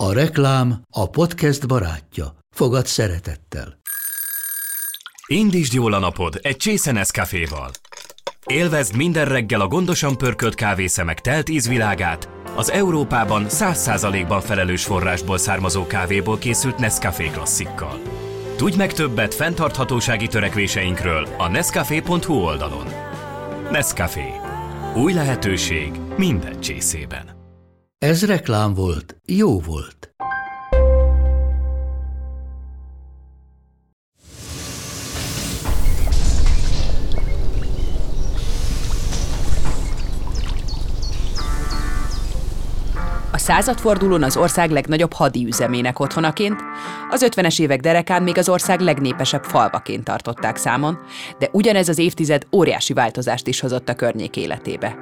A reklám a podcast barátja. Fogad szeretettel. Indítsd jól a napod egy csésze Nescaféval. Élvezd minden reggel a gondosan pörkölt kávészemek telt ízvilágát, az Európában 100%-ban felelős forrásból származó kávéból készült Nescafé klasszikkal. Tudj meg többet fenntarthatósági törekvéseinkről a nescafé.hu oldalon. Nescafé. Új lehetőség minden csészében. Ez reklám volt, jó volt. A századfordulón az ország legnagyobb hadiüzemének otthonaként, az 50-es évek derekán még az ország legnépesebb falvaként tartották számon, de ugyanez az évtized óriási változást is hozott a környék életébe.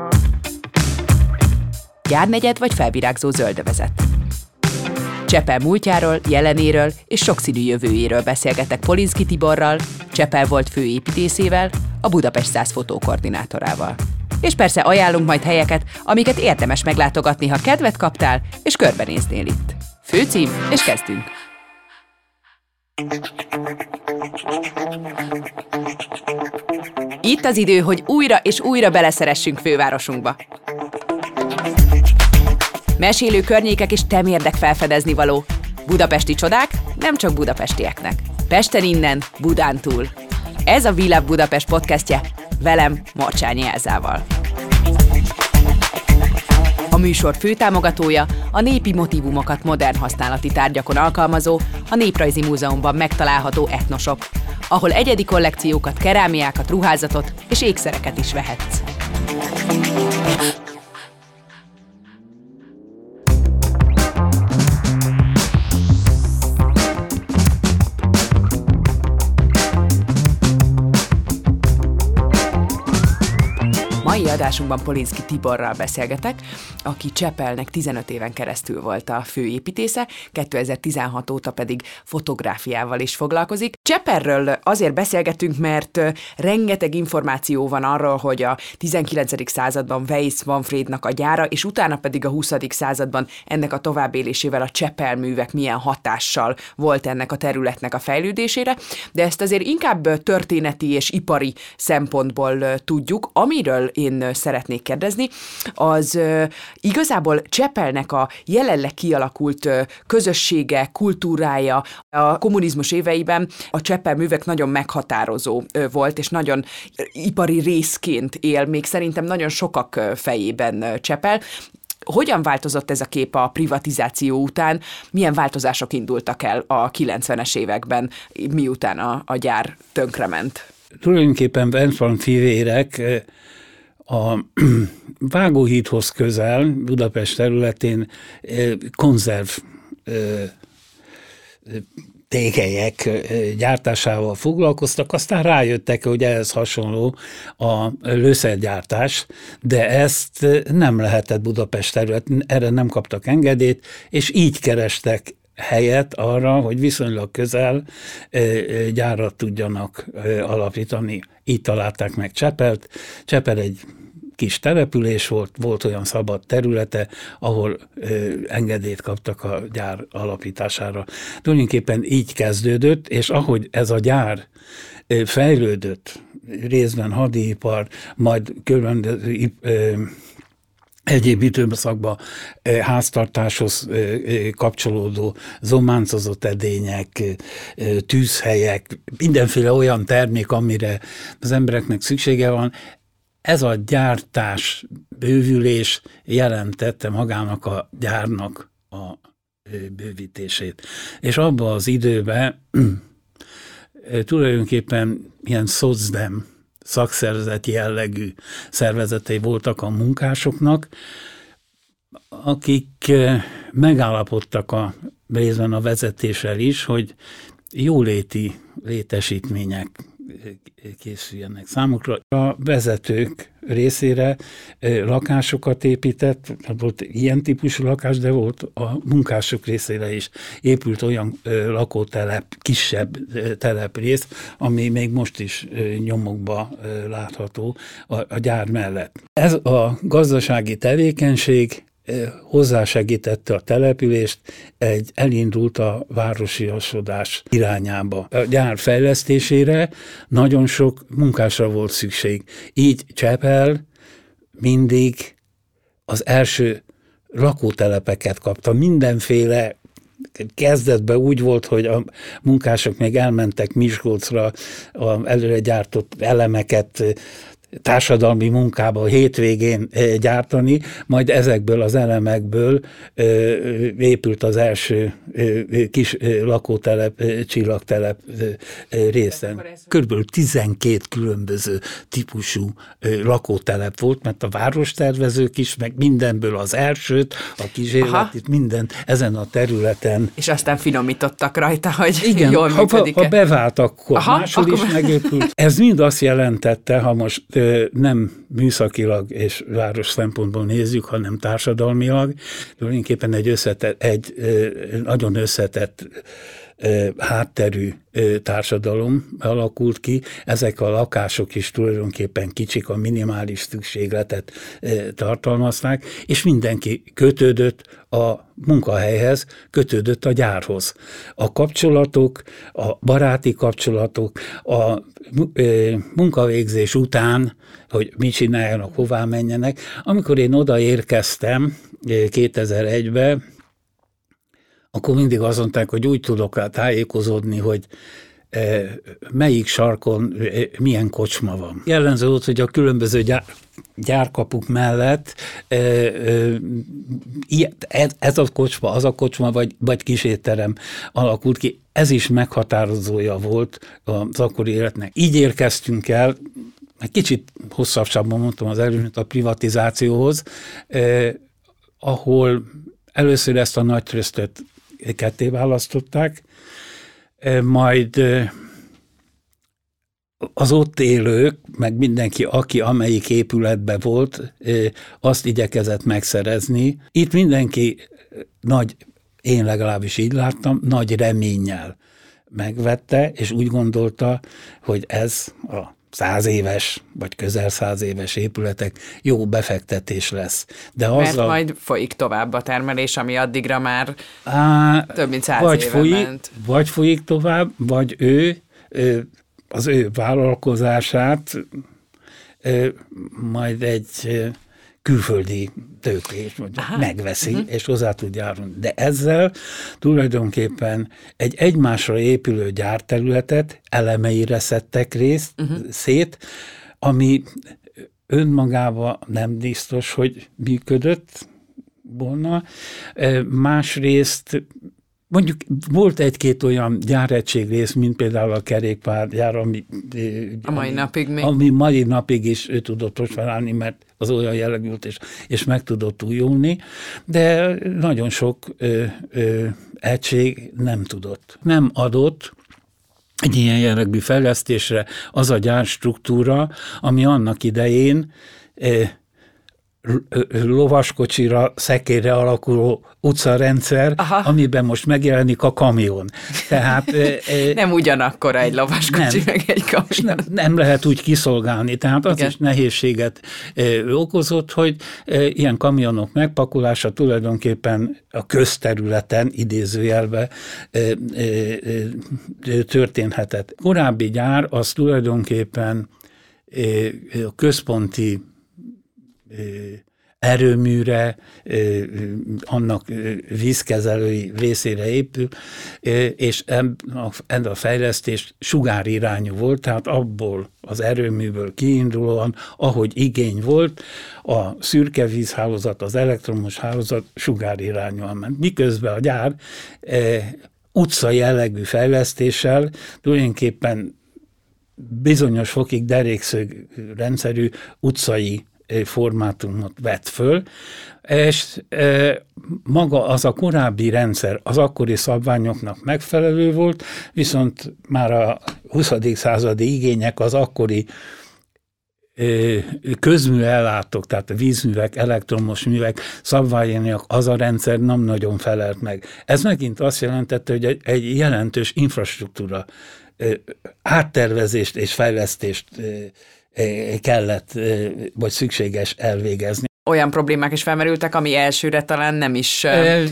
Gyárnegyed vagy felvirágzó zöldövezet. Csepel múltjáról, jelenéről és sokszínű jövőjéről beszélgetek Polinszky Tiborral, Csepel volt főépítészével, a Budapest 100 fotókoordinátorával. És persze ajánlunk majd helyeket, amiket érdemes meglátogatni, ha kedvet kaptál, és körbenéznél itt. Főcím, és kezdünk! Itt az idő, hogy újra és újra beleszeressünk fővárosunkba. Mesélő környékek és temérdek felfedezni való. Budapesti csodák nem csak budapestieknek. Pesten innen, Budán túl. Ez a We Love Budapest podcastje, velem, Morcsányi Elzával. A műsor főtámogatója a népi motívumokat modern használati tárgyakon alkalmazó, a Néprajzi Múzeumban megtalálható Etnoshop, ahol egyedi kollekciókat, kerámiákat, ruházatot és ékszereket is vehetsz. Mai adásunkban Polinszky Tiborral beszélgetek, aki Csepelnek 15 éven keresztül volt a főépítésze, 2016 óta pedig fotográfiával is foglalkozik. Csepelről azért beszélgetünk, mert rengeteg információ van arról, hogy a 19. században Weiss Manfrednak a gyára, és utána pedig a 20. században ennek a továbbélésével a Csepel-művek milyen hatással volt ennek a területnek a fejlődésére, de ezt azért inkább történeti és ipari szempontból tudjuk. Amiről én szeretnék kérdezni, az igazából Csepelnek a jelenleg kialakult közössége, kultúrája a kommunizmus éveiben a Csepel művek nagyon meghatározó volt, és nagyon ipari részként él, még szerintem nagyon sokak fejében Csepel. Hogyan változott ez a kép a privatizáció után? Milyen változások indultak el a 90-es években, miután a gyár tönkrement? Tulajdonképpen bent van fivérek, a Vágóhídhoz közel, Budapest területén konzerv tégelyek gyártásával foglalkoztak, aztán rájöttek, hogy ehhez hasonló a lőszergyártás, de ezt nem lehetett Budapest területén, erre nem kaptak engedélyt, és így kerestek helyet arra, hogy viszonylag közel gyárat tudjanak alapítani. Így találták meg Csepelt. Csepel egy kis település volt olyan szabad területe, ahol engedélyt kaptak a gyár alapítására. Tulajdonképpen így kezdődött, és ahogy ez a gyár fejlődött, részben hadipar, majd különböző egyéb időszakban háztartáshoz kapcsolódó zománcozott edények, tűzhelyek, mindenféle olyan termék, amire az embereknek szüksége van. Ez a gyártás, bővülés jelentette magának a gyárnak a bővítését. És abban az időben tulajdonképpen ilyen szocdem, szakszervezeti jellegű szervezetei voltak a munkásoknak, akik megállapodtak részben a vezetéssel is, hogy jóléti létesítmények készüljenek számukra. A vezetők részére lakásokat épített, volt ilyen típusú lakás, de volt a munkások részére is épült olyan lakótelep, kisebb teleprész, ami még most is nyomokba látható a gyár mellett. Ez a gazdasági tevékenység hozzásegítette a települést, elindult a városiasodás irányába. A gyár fejlesztésére nagyon sok munkásra volt szükség. Így Csepel mindig az első lakótelepeket kapta. Mindenféle kezdetben úgy volt, hogy a munkások még elmentek Miskolcra előre gyártott elemeket társadalmi munkába a hétvégén gyártani, majd ezekből az elemekből épült az első kis lakótelep, csillagtelep részen. Körülbelül 12 különböző típusú lakótelep volt, mert a várostervezők is, meg mindenből az elsőt, a kísérletit, mindent ezen a területen. És aztán finomítottak rajta, hogy igen, jól működik-e. Ha bevált, akkor máshol is megépült. Ez mind azt jelentette, ha most nem műszakilag és város szempontból nézzük, hanem társadalmilag, tulajdonképpen egy nagyon összetett hátterű társadalom alakult ki. Ezek a lakások is tulajdonképpen kicsik, a minimális szükségletet tartalmazták, és mindenki kötődött a munkahelyhez, kötődött a gyárhoz. A kapcsolatok, a baráti kapcsolatok, a munkavégzés után, hogy mit csináljanak, hová menjenek. Amikor én odaérkeztem 2001-ben, akkor mindig azt mondták, hogy úgy tudok tájékozódni, hogy melyik sarkon milyen kocsma van. Jellemző volt, hogy a különböző gyárkapuk mellett ez a kocsma, az a kocsma, vagy kisétterem alakult ki. Ez is meghatározója volt az akkori életnek. Így érkeztünk el, egy kicsit hosszabbságban mondtam az előtt a privatizációhoz, ahol először ezt a nagy trösztöt ketté választották, majd az ott élők, meg mindenki, aki amelyik épületben volt, azt igyekezett megszerezni. Itt mindenki én legalábbis így láttam, nagy reménnyel megvette, és úgy gondolta, hogy ez a 100 éves, vagy közel 100 éves épületek jó befektetés lesz. Mert majd folyik tovább a termelés, ami addigra már több mint 100 éve ment. Vagy folyik tovább, vagy az ő vállalkozását majd egy külföldi tőkés megveszi, és hozzá tud járulni. De ezzel tulajdonképpen egy egymásra épülő gyárterületet elemeire szedtek szét, ami önmagában nem biztos, hogy működött volna. Másrészt mondjuk volt egy-két olyan gyáregységrész, mint például a kerékpárgyár, ami mai napig is ő tudott prosperálni, mert az olyan jellegű és meg tudott újulni, de nagyon sok egység nem tudott. Nem adott egy ilyen jellegű fejlesztésre az a gyárstruktúra, ami annak idején lovaskocsira, szekérre alakuló utcarendszer, amiben most megjelenik a kamion. Tehát, nem ugyanakkor egy lovaskocsi, meg egy kamion. Nem lehet úgy kiszolgálni, tehát az is nehézséget okozott, hogy ilyen kamionok megpakolása tulajdonképpen a közterületen, idézőjelben történhetett. Korábbi gyár az tulajdonképpen a központi erőműre, annak vízkezelői részére épül, és ez a fejlesztés sugárirányú volt, tehát abból az erőműből kiindulóan, ahogy igény volt, a szürke vízhálózat, az elektromos hálózat sugárirányúan ment. Miközben a gyár utca jellegű fejlesztéssel tulajdonképpen bizonyos fokig derékszög rendszerű utcai formátumot vett föl, és maga az a korábbi rendszer az akkori szabványoknak megfelelő volt, viszont már a 20. századi igények az akkori közműellátók, tehát a vízművek, elektromos művek szabványainak az a rendszer nem nagyon felelt meg. Ez megint azt jelentette, hogy egy jelentős infrastruktúra áttervezést és fejlesztést kellett, vagy szükséges elvégezni. olyan problémák is felmerültek, ami elsőre talán nem is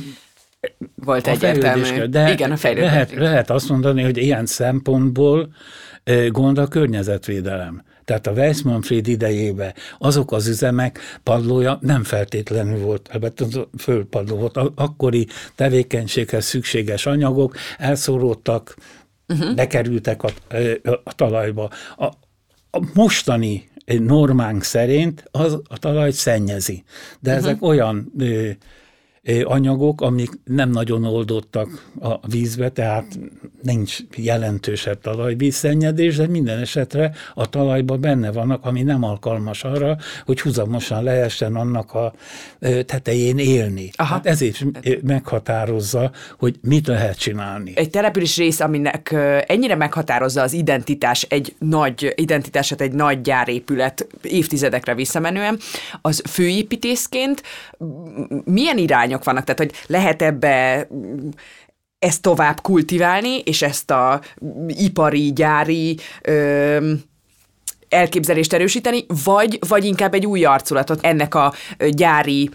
volt egyértelmű. De igen, a fejlődés. Lehet azt mondani, hogy ilyen szempontból gond a környezetvédelem. Tehát a Weiss-Manfred idejében azok az üzemek padlója nem feltétlenül volt, földpadló volt. Akkori tevékenységhez szükséges anyagok elszóródtak, bekerültek a talajba. A mostani normánk szerint a talajt szennyezi. De ezek olyan anyagok, amik nem nagyon oldottak a vízbe, tehát nincs jelentősebb talajvízszennyedés, de minden esetre a talajban benne vannak, ami nem alkalmas arra, hogy huzamosan lehessen annak a tetején élni. Hát ezért meghatározza, hogy mit lehet csinálni. Egy település rész, aminek ennyire meghatározza az identitását egy nagy gyárépület évtizedekre visszamenően, az főépítészként milyen irányok vannak? Tehát, hogy lehet ebbe ezt tovább kultiválni, és ezt a ipari, gyári elképzelést erősíteni, vagy inkább egy új arculatot ennek a gyári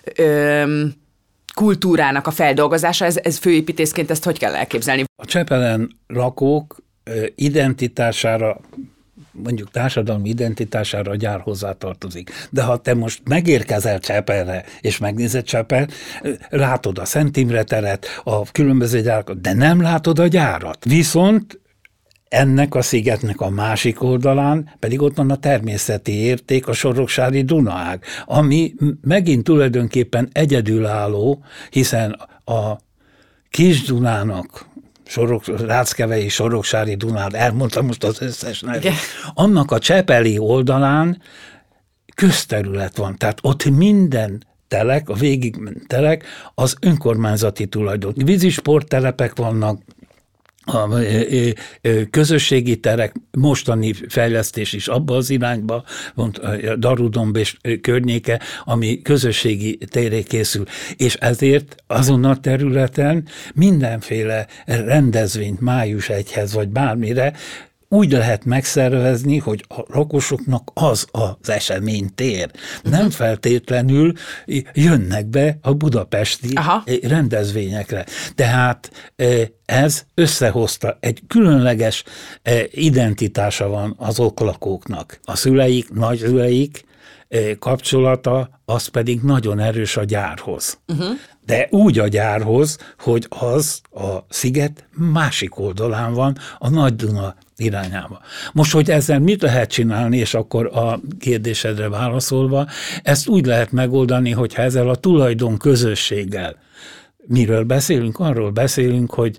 kultúrának a feldolgozása, ez főépítészként ezt hogy kell elképzelni? A Csepelen lakók identitására, mondjuk társadalmi identitására a gyár hozzátartozik. De ha te most megérkezel Csepelre, és megnézed Csepel, látod a Szent Imre teret, a különböző gyárakat, de nem látod a gyárat. Viszont ennek a szigetnek a másik oldalán pedig ott van a természeti érték, a soroksári Dunaág, ami megint tulajdonképpen egyedülálló, hiszen a Kis-Dunának, Ráckevei, Soroksári Dunát, elmondtam most az összes nevet. Annak a csepeli oldalán közterület van, tehát ott minden telek, a végig telek, az önkormányzati tulajdon. Vízi sporttelepek vannak, a közösségi terek, mostani fejlesztés is abba az irányba, Darudomb és környéke, ami közösségi téré készül. És ezért azon a területen mindenféle rendezvényt május 1-hez vagy bármire úgy lehet megszervezni, hogy a lakosoknak az az eseménytér. Nem feltétlenül jönnek be a budapesti rendezvényekre. Tehát ez összehozta, egy különleges identitása van az ott lakóknak. A szüleik, nagyszüleik kapcsolata, az pedig nagyon erős a gyárhoz. De úgy a gyárhoz, hogy az a sziget másik oldalán van, a Nagy-Duna irányába. Most, hogy ezzel mit lehet csinálni, és akkor a kérdésedre válaszolva, ezt úgy lehet megoldani, hogyha ezzel a tulajdon közösséggel. Miről beszélünk? Arról beszélünk, hogy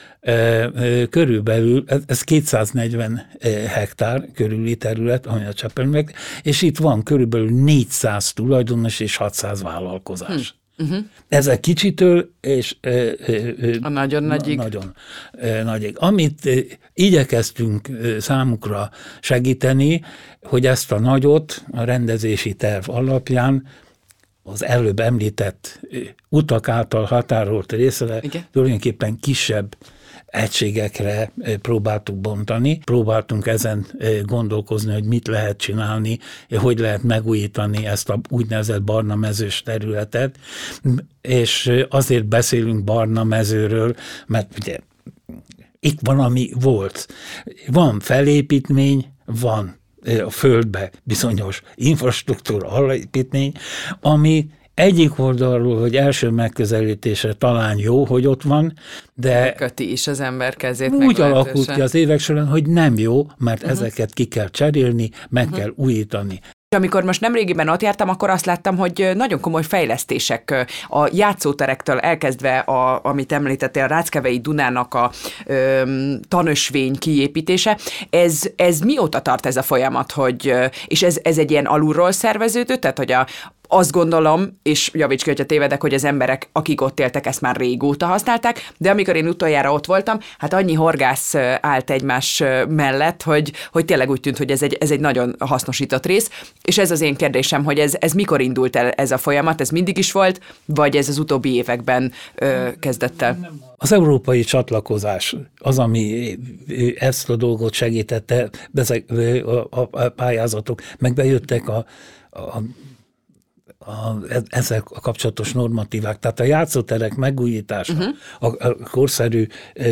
körülbelül, ez 240 hektár körüli terület, ami a Csepelnek, és itt van körülbelül 400 tulajdonos és 600 vállalkozás. Ezek kicsitől, és a nagyon nagyig. Nagyon nagyig. Amit igyekeztünk számukra segíteni, hogy ezt a nagyot a rendezési terv alapján az előbb említett utak által határolt részre tulajdonképpen kisebb egységekre próbáltuk bontani. Próbáltunk ezen gondolkozni, hogy mit lehet csinálni, hogy lehet megújítani ezt a úgynevezett barna mezős területet, és azért beszélünk barna mezőről, mert ugye itt van, ami volt. Van felépítmény, van a földbe bizonyos infrastruktúra, alapítmény, ami egyik oldalról, hogy első megközelítésre talán jó, hogy ott van, de köti is az ember kezét. Úgy alakult ki az évek során, hogy nem jó, mert ezeket ki kell cserélni, meg kell újítani. Amikor most nemrégiben ott jártam, akkor azt láttam, hogy nagyon komoly fejlesztések a játszóterektől elkezdve, amit említettél, a Ráckevei Dunának a tanösvény kiépítése. Ez mióta tart ez a folyamat, és ez egy ilyen alulról szerveződő, tehát hogy azt gondolom, és javíts ki, hogyha tévedek, hogy az emberek, akik ott éltek, ezt már régóta használták, de amikor én utoljára ott voltam, hát annyi horgász állt egymás mellett, hogy tényleg úgy tűnt, hogy ez egy nagyon hasznosított rész, és ez az én kérdésem, hogy ez mikor indult el ez a folyamat, ez mindig is volt, vagy ez az utóbbi években kezdett el? Az európai csatlakozás az, ami ezt a dolgot segítette, a pályázatok, meg bejöttek a ezzel a kapcsolatos normatívák, tehát a játszóterek megújítása, a korszerű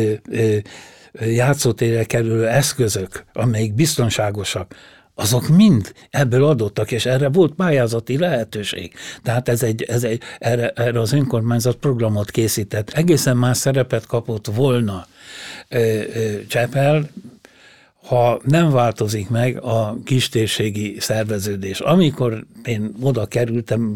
játszótérre kerülő eszközök, amelyik biztonságosak, azok mind ebből adottak, és erre volt pályázati lehetőség. Tehát erre az önkormányzat programot készített. Egészen más szerepet kapott volna Csepel, ha nem változik meg a kistérségi szerveződés. Amikor én oda kerültem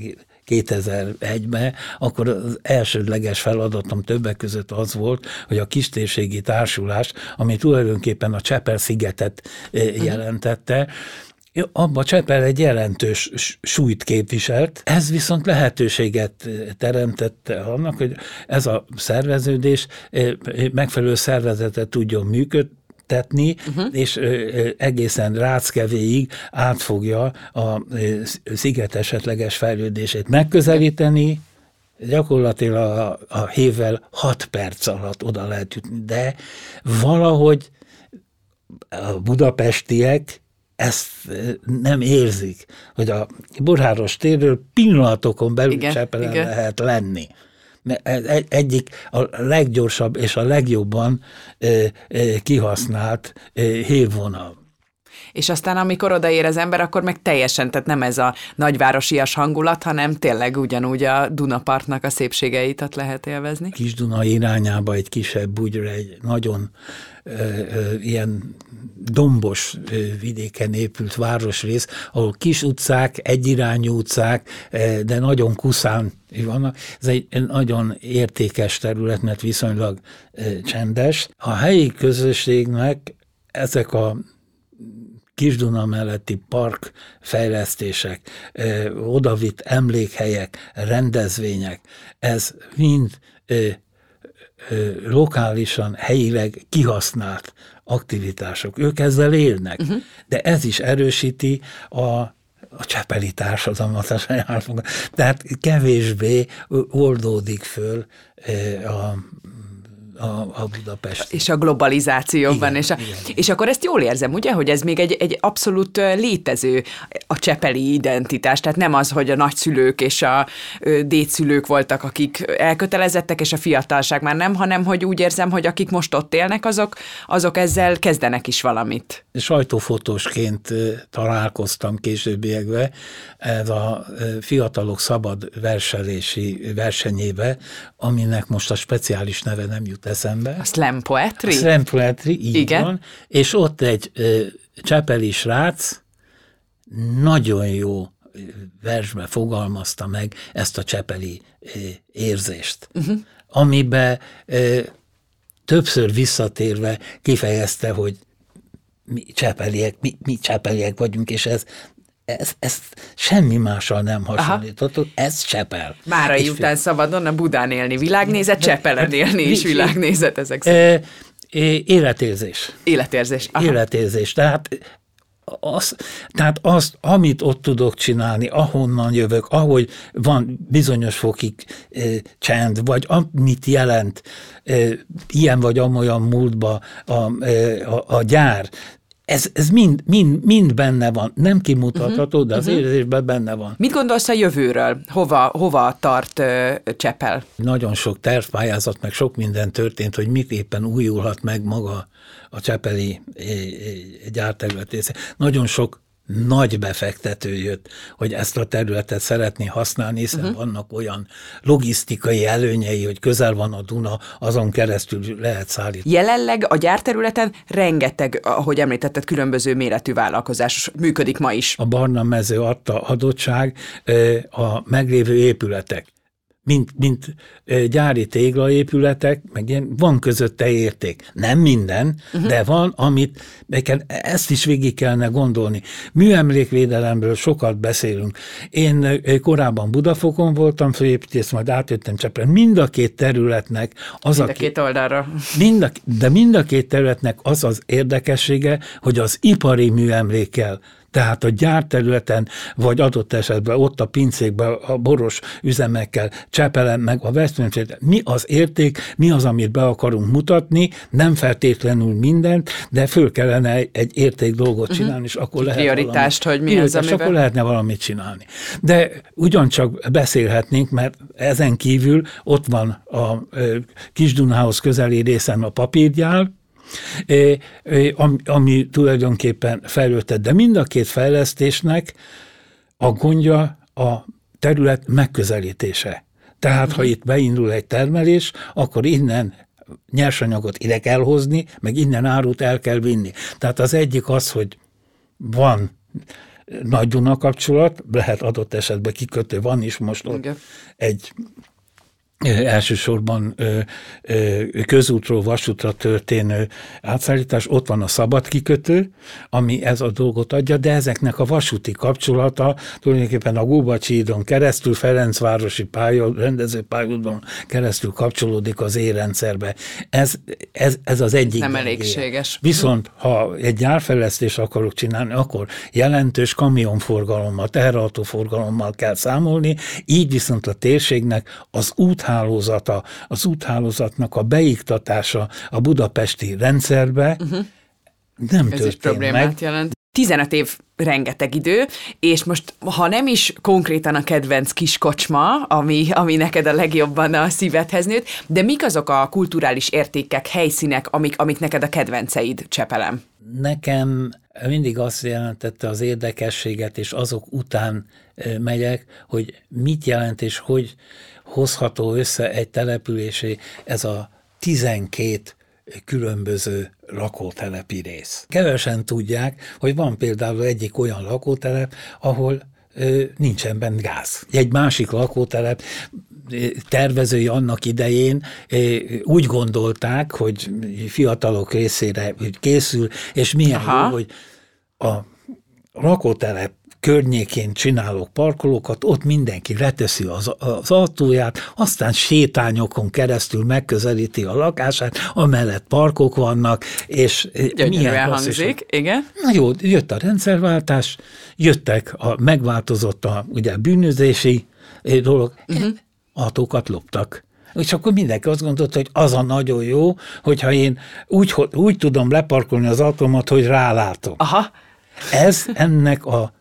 2001-ben, akkor az elsődleges feladatom többek között az volt, hogy a kistérségi társulás, ami tulajdonképpen a Csepel-szigetet jelentette, abba Csepel egy jelentős súlyt képviselt, ez viszont lehetőséget teremtette annak, hogy ez a szerveződés megfelelő szervezetet tudjon működtetni, és egészen Ráckevéig átfogja a sziget esetleges fejlődését megközelíteni, gyakorlatilag a hévvel 6 perc alatt oda lehet jutni, de valahogy a budapestiek ezt nem érzik, hogy a Boráros térről pillanatokon belül Csepelen lehet lenni. Egyik a leggyorsabb és a legjobban kihasznált hévvonal. És aztán, amikor odaér az ember, akkor meg teljesen, tehát nem ez a nagyvárosias hangulat, hanem tényleg ugyanúgy a Dunapartnak a szépségeit ott lehet élvezni. Kis-Duna irányába egy kisebb bugyra, egy nagyon ilyen dombos vidéken épült városrész, ahol kis utcák, egyirányú utcák, de nagyon kuszán vannak. Ez egy nagyon értékes terület, mert viszonylag csendes. A helyi közösségnek ezek a Kis-Duna melletti parkfejlesztések, odavitt emlékhelyek, rendezvények, ez mind lokálisan, helyileg kihasznált aktivitások. Ők ezzel élnek, de ez is erősíti a csepeli társadalmat, a sajátunkat. Tehát kevésbé oldódik föl a Budapest. És a globalizációban. Igen, és akkor ezt jól érzem, ugye, hogy ez még egy abszolút létező a csepeli identitás. Tehát nem az, hogy a nagyszülők és a dédszülők voltak, akik elkötelezettek, és a fiatalság már nem, hanem hogy úgy érzem, hogy akik most ott élnek, azok ezzel kezdenek is valamit. Sajtófotósként találkoztam későbbiekben ez a fiatalok szabad versenyébe, aminek most a speciális neve nem jut eszembe. A slam poetry? A slam poetry, így igen. Van. És ott egy csepeli srác nagyon jó versben fogalmazta meg ezt a csepeli érzést, amiben többször visszatérve kifejezte, hogy mi csepeliek vagyunk, és ez semmi mással nem hasonlítható, ez Csepel. Márai után szabadon a Budán élni világnézet, Csepelen élni is világnézet ezek szerint. Életérzés. Életérzés. Aha. Életérzés. Tehát azt, amit ott tudok csinálni, ahonnan jövök, ahogy van bizonyos fokig csend, vagy amit jelent ilyen vagy amolyan múltba a gyár, ez mind benne van. Nem kimutatható, de az érzésben benne van. Mit gondolsz a jövőről? Hova tart Csepel? Nagyon sok tervpályázat, meg sok minden történt, hogy mit éppen újulhat meg maga a csepeli gyárterület. Nagyon sok nagy befektető jött, hogy ezt a területet szeretné használni, hiszen vannak olyan logisztikai előnyei, hogy közel van a Duna, azon keresztül lehet szállítani. Jelenleg a gyárterületen rengeteg, ahogy említetted, különböző méretű vállalkozás működik ma is. A barna mező adta adottság a meglévő épületek. Mint gyári téglaépületek, meg ilyen, van közötte érték. Nem minden, de van, amit ezt is végig kellene gondolni. Műemlékvédelemről sokat beszélünk. Én korábban Budafokon voltam főépítész, majd átjöttem Csepelen. Mind a két területnek mind a két oldalra. De mind a két területnek az az érdekessége, hogy az ipari műemlékkel Tehát a gyárterületen, vagy adott esetben ott a pincékben, a boros üzemekkel, Csepelen, meg a Veszprémben, mi az érték, mi az, amit be akarunk mutatni, nem feltétlenül mindent, de föl kellene egy érték dolgot csinálni, és akkor lehet prioritást, hogy mi az, amiben... akkor lehetne valamit csinálni. De ugyancsak beszélhetnénk, mert ezen kívül ott van a Kis-Dunához közeli részen a papírgyár, ami tulajdonképpen fejlődött, de mind a két fejlesztésnek a gondja a terület megközelítése. Tehát, ha itt beindul egy termelés, akkor innen nyersanyagot ide kell hozni, meg innen árut el kell vinni. Tehát az egyik az, hogy van Nagy-Duna kapcsolat, lehet adott esetben kikötő, van is most ott egy elsősorban közútról vasútra történő átszállítás, ott van a Szabad kikötő, ami ez a dolgot adja, de ezeknek a vasúti kapcsolata tulajdonképpen a Gubacsi hídon keresztül, Ferencvárosi rendezőpályaudvaron keresztül kapcsolódik az érrendszerbe. Ez az egyik. Nem elégséges. Viszont, ha egy gyárfejlesztést akarok csinálni, akkor jelentős kamionforgalommal, teherautóforgalommal kell számolni, így viszont a térségnek az úthálózatnak a beiktatása a budapesti rendszerbe nem ez történt meg. Jelent. 15 év rengeteg idő, és most, ha nem is konkrétan a kedvenc kis kocsma, ami neked a legjobban a szívedhez nőtt, de mik azok a kulturális értékek, helyszínek, amik neked a kedvenceid Csepelen? Nekem mindig azt jelentette az érdekességet, és azok után megyek, hogy mit jelent, és hogy hozható össze egy településé ez a 12 különböző lakótelepi rész. Kevesen tudják, hogy van például egyik olyan lakótelep, ahol nincsen bent gáz. Egy másik lakótelep tervezői annak idején úgy gondolták, hogy fiatalok részére készül, és milyen jó, hogy a lakótelep környékén csinálok parkolókat, ott mindenki leteszi az autóját, aztán sétányokon keresztül megközelíti a lakását, amellett parkok vannak, és gyönyörűen hangzik, igen. Na jó, jött a rendszerváltás, megváltozott a ugye, bűnözési dolog, autókat loptak. És akkor mindenki azt gondolta, hogy az a nagyon jó, hogyha én úgy tudom leparkolni az autómat, hogy rálátom. Aha. Ez ennek a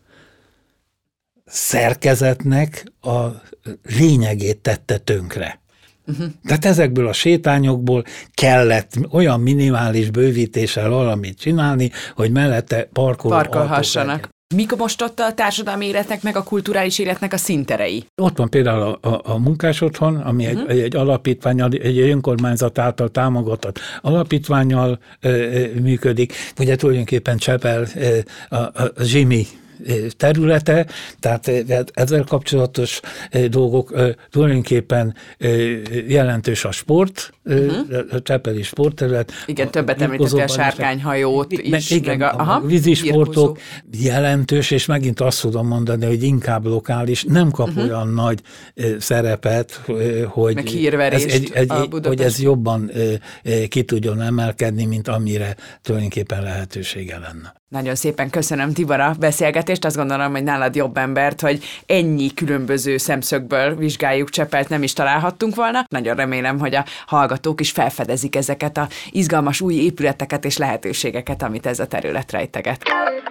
szerkezetnek a lényegét tette tönkre. Tehát ezekből a sétányokból kellett olyan minimális bővítéssel valamit csinálni, hogy mellette parkolhassanak. Mik most ott a társadalmi életnek, meg a kulturális életnek a színterei? Ott van például a munkásotthon, ami egy alapítvánnyal, egy önkormányzat által támogatott alapítvánnyal működik. Ugye tulajdonképpen Csepel a Zsimi területe, tehát ezzel kapcsolatos dolgok tulajdonképpen jelentős a sport, a csepeli sportterület. Igen, többet említette a sárkányhajót is. Meg a vízisportok jelentős, és megint azt tudom mondani, hogy inkább lokális, nem kap olyan nagy szerepet, hogy, meg hírverést hogy ez jobban ki tudjon emelkedni, mint amire tulajdonképpen lehetősége lenne. Nagyon szépen köszönöm, Tibor, a beszélgetést. Azt gondolom, hogy nálad jobb embert, hogy ennyi különböző szemszögből vizsgáljuk Csepelt, nem is találhattunk volna. Nagyon remélem, hogy a hallgatók is felfedezik ezeket a izgalmas új épületeket és lehetőségeket, amit ez a terület rejteget.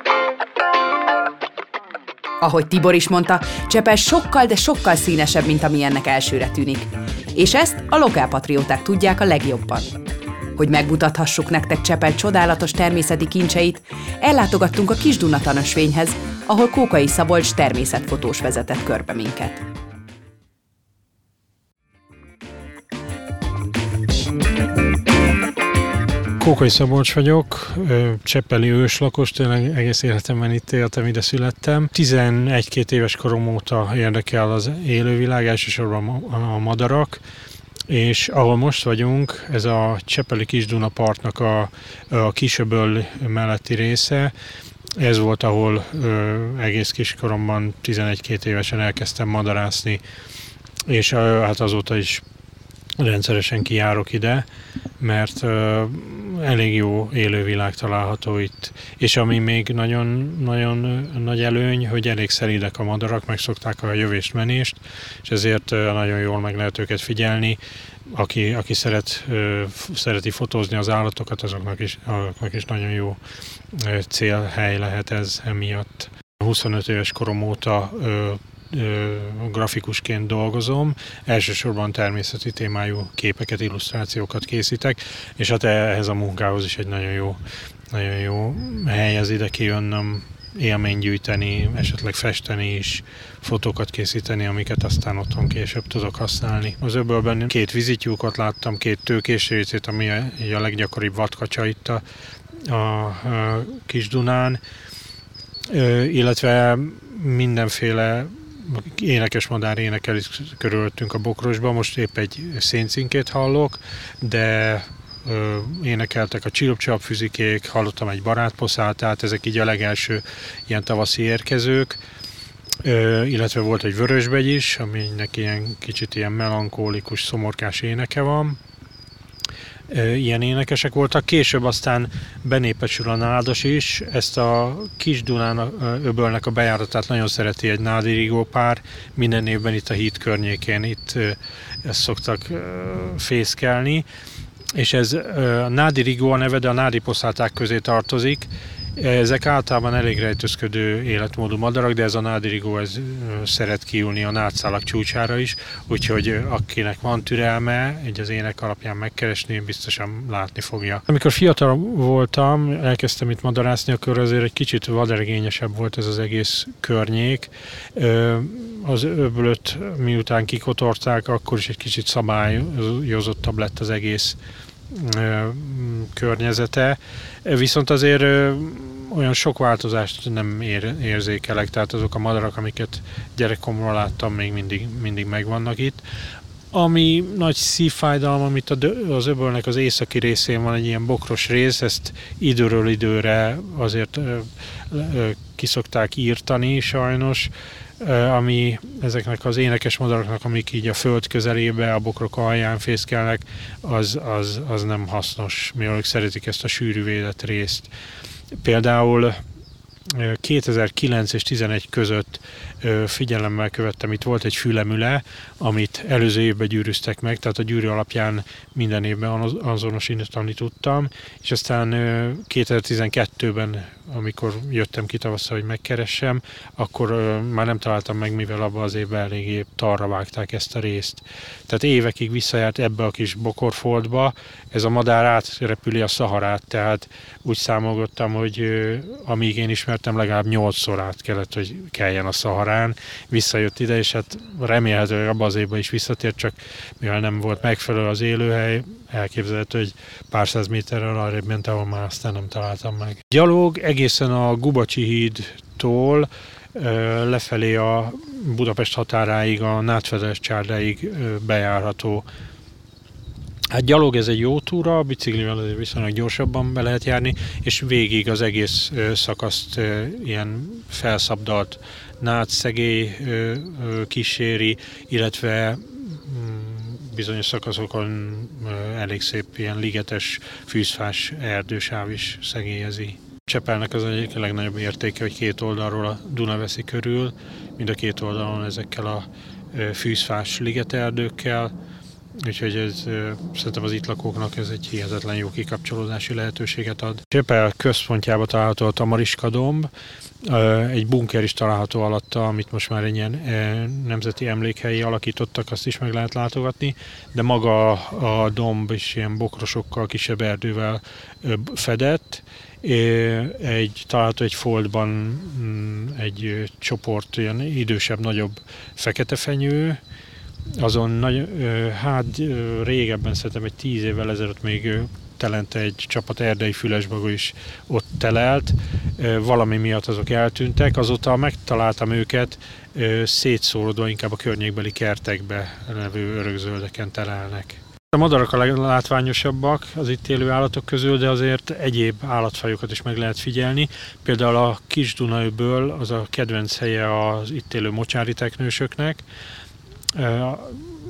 Ahogy Tibor is mondta, Csepel sokkal, de sokkal színesebb, mint ami ennek elsőre tűnik. És ezt a lokálpatrióták tudják a legjobban. Hogy megmutathassuk nektek Csepel csodálatos természeti kincseit, ellátogattunk a Kis-Duna tanösvényhez, ahol Kókai Szabolcs természetfotós vezetett körbe minket. Kókai Szabolcs vagyok, cseppeli őslakos, tényleg egész életemben itt éltem, ide születtem. 11-2 éves korom óta érdekel az élővilág, elsősorban a madarak, és ahol most vagyunk, ez a Csepeli Kis-Duna partnak a Kisöböl melletti része. Ez volt, ahol egész kiskoromban, 11-2 évesen elkezdtem madarászni, és hát azóta is rendszeresen kijárok ide, mert elég jó élővilág található itt. És ami még nagyon nagy előny, hogy elég szelídek a madarak, megszokták a jövést-menést, és ezért nagyon jól meg lehet őket figyelni. Aki szereti fotózni az állatokat, azoknak is nagyon jó célhely lehet ez emiatt. 25 éves korom óta grafikusként dolgozom, elsősorban természeti témájú képeket, illusztrációkat készítek, és hát ehhez a munkához is egy nagyon jó hely az ide kijönnöm, élményt gyűjteni, esetleg festeni is, fotókat készíteni, amiket aztán otthon később tudok használni. Az öbölben 2 vizityúkat láttam, 2 tőkésrécét, ami a leggyakoribb vadkacsa itt a Kis-Dunán, illetve mindenféle énekesmadár énekel körülöttünk a Bokrosba, most épp egy széncinkét hallok, de énekeltek a csirop-csirap-füzikék, hallottam egy barátposzátát, ezek így a legelső ilyen tavaszi érkezők, illetve volt egy vörösbegy is, aminek kicsit ilyen melankólikus, szomorkás éneke van. Ilyen énekesek voltak. Később aztán benépesül a nádas is. Ezt a Kis-Dunán öbölnek a bejáratát nagyon szereti egy nádi-rigó pár. Minden évben itt a híd környékén ezt szoktak fészkelni. És ez a nádi-rigó a neve, de a nádi-poszáták közé tartozik. Ezek általában elég rejtőzködő életmódú madarak, de ez a nádi-rigó szeret kiülni a nádszálak csúcsára is, úgyhogy akinek van türelme, így az ének alapján megkeresni, biztosan látni fogja. Amikor fiatal voltam, elkezdtem itt madarászni, akkor azért egy kicsit vadregényesebb volt ez az egész környék. Az öblöt miután kikotorták, akkor is egy kicsit szabályozottabb lett az egész környezete, viszont azért olyan sok változást nem érzékelek, tehát azok a madarak, amiket gyerekkoromban láttam, még mindig megvannak itt. Ami nagy szívfájdalom, amit az öbölnek az északi részén van egy ilyen bokros rész, ezt időről időre azért kiszokták írtani sajnos, ami ezeknek az énekes madaraknak, amik így a föld közelébe, a bokrok alján fészkelnek, az nem hasznos, mivel ők szeretik ezt a sűrű védett részt. Például 2009 és 2011 között figyelemmel követtem, itt volt egy fülemüle, amit előző évben gyűrűztek meg, tehát a gyűrű alapján minden évben azonosítani tudtam, és aztán 2012-ben, amikor jöttem ki tavasszal, hogy megkeressem, akkor már nem találtam meg, mivel abban az évben eléggé talra vágták ezt a részt. Tehát évekig visszajárt ebbe a kis bokorfoltba, ez a madár átrepüli a Szaharát, tehát úgy számolgattam, hogy amíg én ismertem, legalább 8-szor át kellett, hogy keljen a Szaharán. Visszajött ide, és hát remélhetőleg abban az évben is visszatért, csak mivel nem volt megfelelő az élőhely, elképzelhető, hogy pár száz méterrel arrébb ment, ahol már aztán nem találtam meg. Gyalog egészen a Gubacsi hídtól lefelé a Budapest határáig, a Nádfedes csárdáig bejárható. Hát gyalog ez egy jó túra, biciklivel azért viszonylag gyorsabban be lehet járni, és végig az egész szakaszt ilyen felszabdalt nádszegély kíséri, illetve bizonyos szakaszokon elég szép ilyen ligetes, fűzfás erdősáv is szegélyezi. Csepelnek az egyik legnagyobb értéke, hogy 2 oldalról a Duna veszi körül, mind a 2 oldalon ezekkel a fűzfás ligeterdőkkel, úgyhogy ez, szerintem az itt lakóknak ez egy hihetetlen jó kikapcsolódási lehetőséget ad. Csepel központjában található a Tamariska-domb, egy bunker is található alatta, amit most már egy ilyen nemzeti emlékhelyi alakítottak, azt is meg lehet látogatni, de maga a domb is ilyen bokrosokkal, kisebb erdővel fedett. Található egy foltban egy csoport ilyen idősebb, nagyobb feketefenyő, azon régebben szerintem egy 10 évvel ezelőtt még telente egy csapat erdei fülesbagó is ott telelt, valami miatt azok eltűntek, azóta megtaláltam őket, szétszórodva inkább a környékbeli kertekbe levő örökzöldeken telelnek. A madarak a leglátványosabbak az itt élő állatok közül, de azért egyéb állatfajokat is meg lehet figyelni. Például a Kis-Dunaöböl az a kedvenc helye az itt élő mocsári teknősöknek.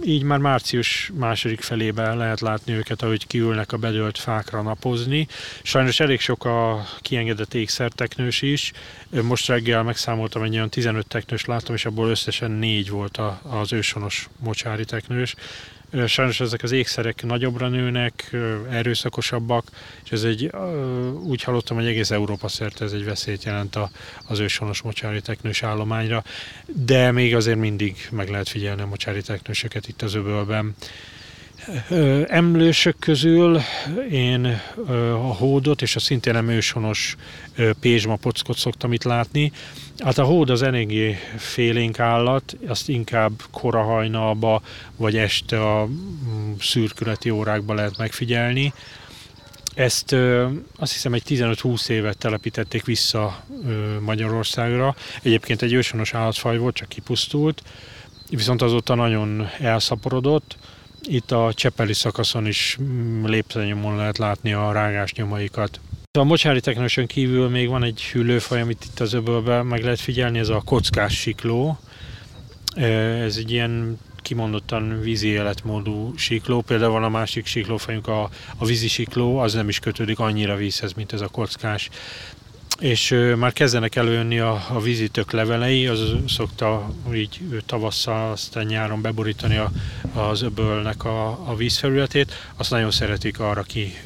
így már március második felében lehet látni őket, ahogy kiülnek a bedőlt fákra napozni. Sajnos elég sok a kiengedett ékszerteknős is. Most reggel megszámoltam, egy olyan 15 teknős láttam, és abból összesen 4 volt az őshonos mocsári teknős. Sajnos ezek az ékszerek nagyobbra nőnek, erőszakosabbak, és úgy hallottam, hogy egész Európa szerte ez egy veszélyt jelent az őshonos mocsári teknős állományra, de még azért mindig meg lehet figyelni a mocsári teknősöket itt az öbölben. Emlősök közül én a hódot és a szintén nem őshonos pézsmapockot szoktam itt látni. Hát a hód az eléggé félénk állat, azt inkább kora hajnalba vagy este a szürkületi órákban lehet megfigyelni. Ezt azt hiszem egy 15-20 évet telepítették vissza Magyarországra. Egyébként egy őshonos állatfaj volt, csak kipusztult, viszont azóta nagyon elszaporodott. Itt a csepeli szakaszon is léptenyomon lehet látni a rágás nyomaikat. A mocsári teknősön kívül még van egy hüllőfaj, amit itt az öbölben meg lehet figyelni, ez a kockás sikló. Ez egy ilyen kimondottan vízi életmódú sikló. Például van a másik siklófajunk, a vízi sikló, az nem is kötődik annyira vízhez, mint ez a kockás. És már kezdenek előjönni a vízitök levelei, az szokta így tavasszal, aztán nyáron beborítani az öbölnek a vízfelületét. Azt nagyon szeretik arra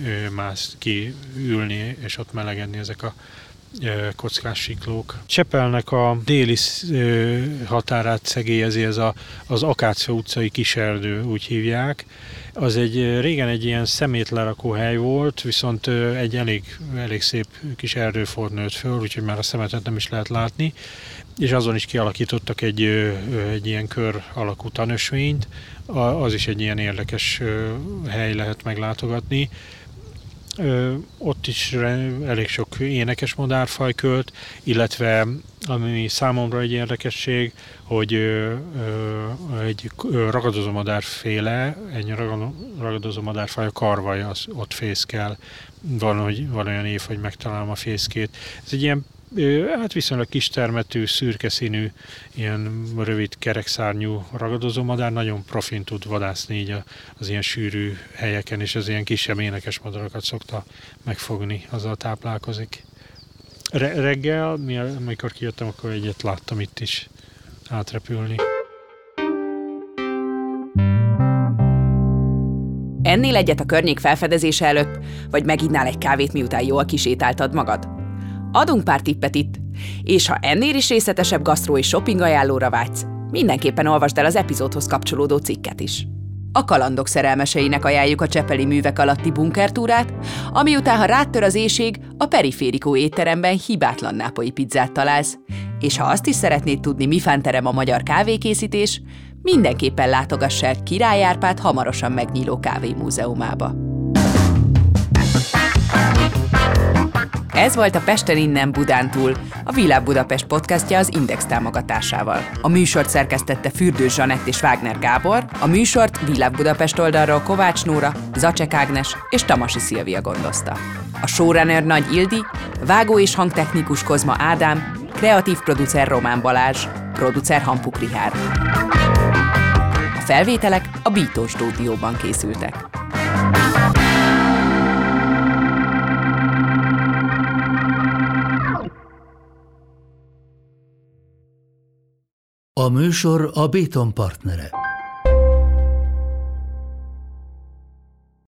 kiülni és ott melegedni ezek a kockás siklók. Csepelnek a déli határát szegélyezi ez az Akácia utcai kiserdő, úgy hívják. Az régen egy ilyen szemétlerakóhely volt, viszont egy elég szép kis erdőfort nőtt föl, úgyhogy már a szemetet nem is lehet látni, és azon is kialakítottak egy ilyen kör alakú tanösvényt, az is egy ilyen érdekes hely lehet meglátogatni. Ott is elég sok énekes madárfaj költ, illetve ami számomra egy érdekesség, hogy egy ragadozómadárféle, egy ragadozómadárfaj, a karvaj, az ott fészkel. Van olyan év, hogy megtalálom a fészkét. Ez egy ilyen viszonylag kistermetű, szürke színű, ilyen rövid kerekszárnyú ragadozómadár, nagyon profin tud vadászni így az ilyen sűrű helyeken, és az ilyen kisebb énekes madarakat szokta megfogni, azzal táplálkozik. Reggel, amikor kijöttem, akkor egyet láttam itt is átrepülni. Ennél egyet a környék felfedezése előtt, vagy meginnál egy kávét, miután jól kisétáltad magad? Adunk pár tippet itt, és ha ennél is részletesebb gasztró és shopping ajánlóra vágysz, mindenképpen olvasd el az epizódhoz kapcsolódó cikket is. A kalandok szerelmeseinek ajánljuk a csepeli művek alatti bunkertúrát, ami után, ha rád tör az éhség, a Periférikó étteremben hibátlan nápolyi pizzát találsz, és ha azt is szeretnéd tudni, mifán terem a magyar kávékészítés, mindenképpen látogass el Király Árpád hamarosan megnyíló kávémúzeumába. Ez volt a Pesten innen Budán túl, a Világ Budapest podcastja az Index támogatásával. A műsort szerkesztette Fürdős Zsanett és Wagner Gábor, a műsort Világ Budapest oldalról Kovács Nóra, Zacsek Ágnes és Tamasi Szilvia gondozta. A showrunner Nagy Ildi, vágó és hangtechnikus Kozma Ádám, kreatív producer Román Balázs, producer Hampuk Richárd. A felvételek a Bító stúdióban készültek. A műsor a Béton partnere.